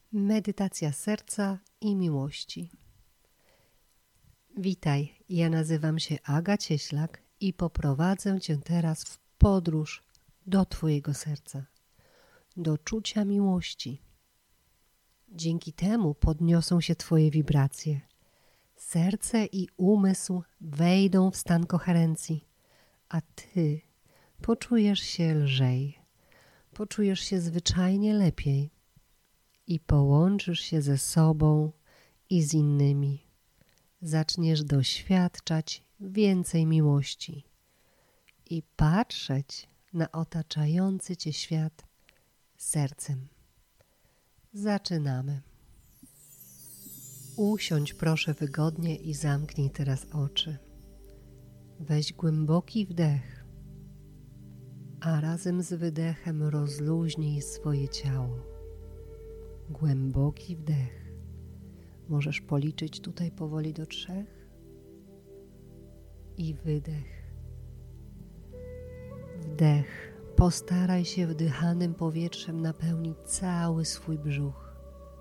Medytacja serca i miłości. Witaj, ja nazywam się Aga Cieślak i poprowadzę Cię teraz w podróż do Twojego serca, do czucia miłości. Dzięki temu podniosą się Twoje wibracje. Serce i umysł wejdą w stan koherencji, a Ty poczujesz się lżej, poczujesz się zwyczajnie lepiej i połączysz się ze sobą i z innymi. Zaczniesz doświadczać więcej miłości i patrzeć na otaczający Cię świat sercem. Zaczynamy. Usiądź proszę wygodnie i zamknij teraz oczy. Weź głęboki wdech, a razem z wydechem rozluźnij swoje ciało. Głęboki wdech. Możesz policzyć tutaj powoli do 3 i wydech. Wdech. Postaraj się wdychanym powietrzem napełnić cały swój brzuch.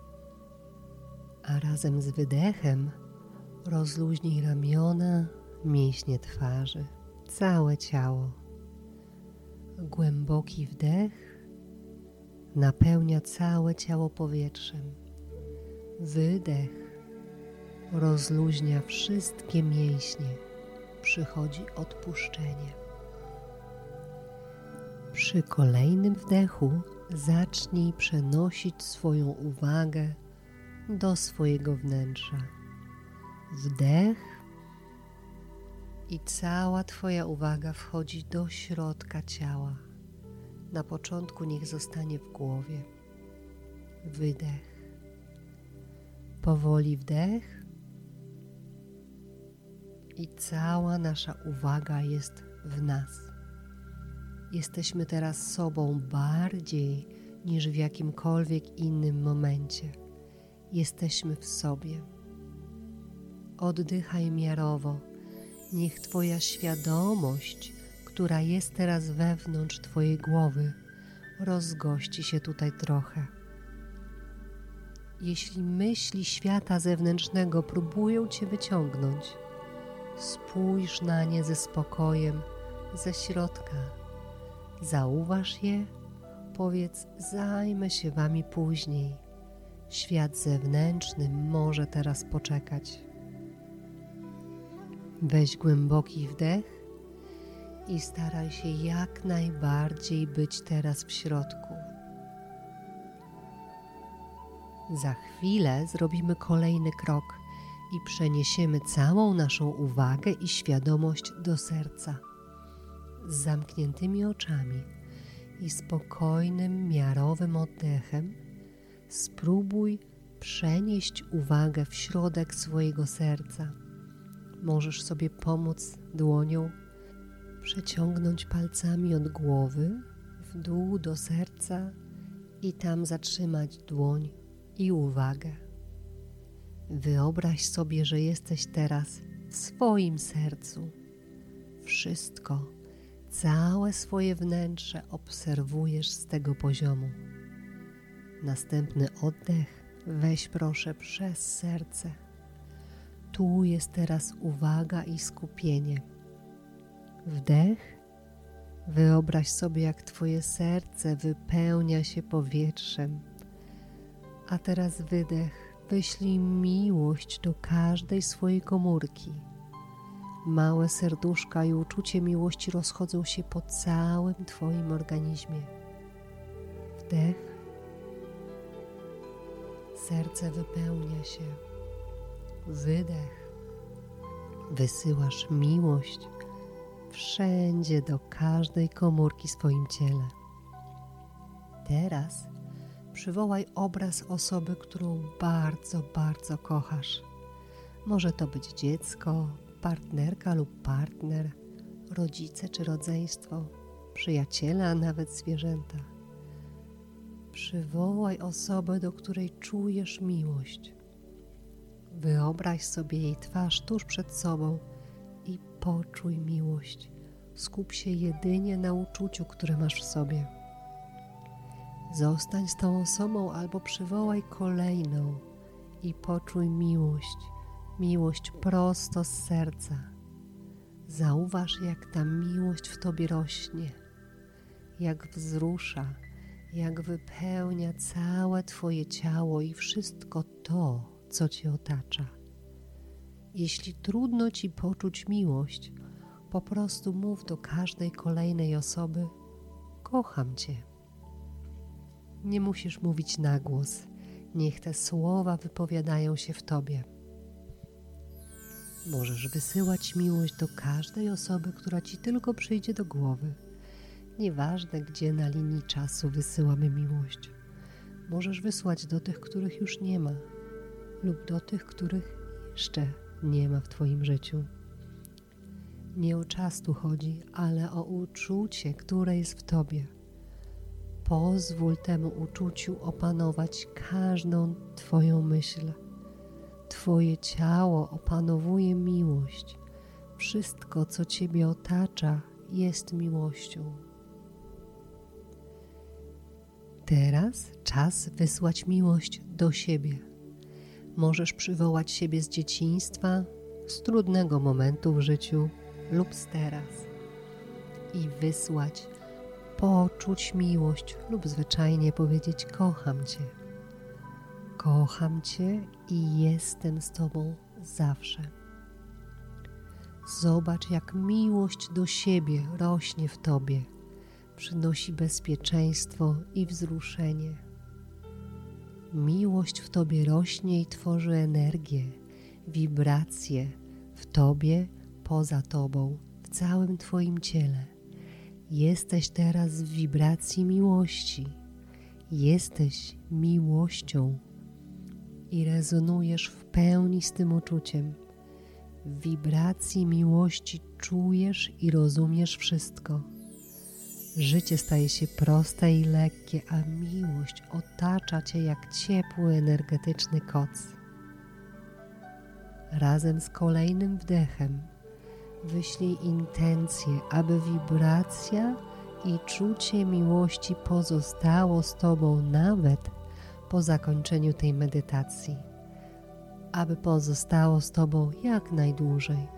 A razem z wydechem rozluźnij ramiona, mięśnie twarzy, całe ciało. Głęboki wdech napełnia całe ciało powietrzem. Wydech rozluźnia wszystkie mięśnie. Przychodzi odpuszczenie. Przy kolejnym wdechu zacznij przenosić swoją uwagę do swojego wnętrza. Wdech i cała Twoja uwaga wchodzi do środka ciała. Na początku niech zostanie w głowie. Wydech. Powoli wdech i cała nasza uwaga jest w nas. Jesteśmy teraz sobą bardziej niż w jakimkolwiek innym momencie. Jesteśmy w sobie. Oddychaj miarowo. Niech Twoja świadomość, która jest teraz wewnątrz Twojej głowy, rozgości się tutaj trochę. Jeśli myśli świata zewnętrznego próbują Cię wyciągnąć, spójrz na nie ze spokojem, ze środka. Zauważ je, powiedz: zajmę się Wami później. Świat zewnętrzny może teraz poczekać. Weź głęboki wdech i staraj się jak najbardziej być teraz w środku. Za chwilę zrobimy kolejny krok i przeniesiemy całą naszą uwagę i świadomość do serca. Z zamkniętymi oczami i spokojnym, miarowym oddechem spróbuj przenieść uwagę w środek swojego serca. Możesz sobie pomóc dłonią, przeciągnąć palcami od głowy w dół do serca i tam zatrzymać dłoń i uwagę. Wyobraź sobie, że jesteś teraz w swoim sercu. Wszystko, całe swoje wnętrze obserwujesz z tego poziomu. Następny oddech weź proszę przez serce. Tu jest teraz uwaga i skupienie. Wdech. Wyobraź sobie, jak Twoje serce wypełnia się powietrzem. A teraz wydech. Wyślij miłość do każdej swojej komórki. Małe serduszka i uczucie miłości rozchodzą się po całym Twoim organizmie. Wdech. Serce wypełnia się. Wydech. Wysyłasz miłość wszędzie do każdej komórki w swoim ciele. Teraz przywołaj obraz osoby, którą bardzo, bardzo kochasz. Może to być dziecko, partnerka lub partner, rodzice czy rodzeństwo, przyjaciele, a nawet zwierzęta. Przywołaj osobę, do której czujesz miłość. Wyobraź sobie jej twarz tuż przed sobą i poczuj miłość. Skup się jedynie na uczuciu, które masz w sobie. Zostań z tą osobą albo przywołaj kolejną i poczuj miłość prosto z serca. Zauważ, jak ta miłość w tobie rośnie, jak wzrusza, jak wypełnia całe twoje ciało i wszystko to, co cię otacza. Jeśli trudno ci poczuć miłość, po prostu mów do każdej kolejnej osoby: kocham cię. Nie musisz mówić na głos, niech te słowa wypowiadają się w tobie. Możesz wysyłać miłość do każdej osoby, która ci tylko przyjdzie do głowy. Nieważne, gdzie na linii czasu wysyłamy miłość. Możesz wysłać do tych, których już nie ma, lub do tych, których jeszcze nie ma w twoim życiu. Nie o czas tu chodzi, ale o uczucie, które jest w tobie. Pozwól temu uczuciu opanować każdą twoją myśl. Twoje ciało opanowuje miłość. Wszystko, co ciebie otacza, jest miłością. Teraz czas wysłać miłość do siebie. Możesz przywołać siebie z dzieciństwa, z trudnego momentu w życiu lub z teraz i wysłać, poczuć miłość lub zwyczajnie powiedzieć: kocham cię. Kocham cię i jestem z tobą zawsze. Zobacz, jak miłość do siebie rośnie w tobie. Przynosi bezpieczeństwo i wzruszenie. Miłość w tobie rośnie i tworzy energię, wibracje w tobie, poza tobą, w całym twoim ciele. Jesteś teraz w wibracji miłości. Jesteś miłością i rezonujesz w pełni z tym uczuciem. W wibracji miłości czujesz i rozumiesz wszystko. Życie staje się proste i lekkie, a miłość otacza cię jak ciepły, energetyczny koc. Razem z kolejnym wdechem wyślij intencję, aby wibracja i czucie miłości pozostało z tobą nawet po zakończeniu tej medytacji, aby pozostało z tobą jak najdłużej.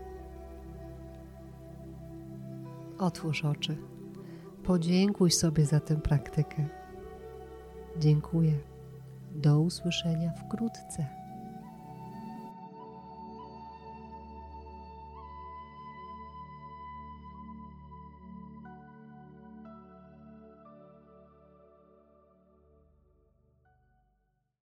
Otwórz oczy. Podziękuj sobie za tę praktykę. Dziękuję. Do usłyszenia wkrótce.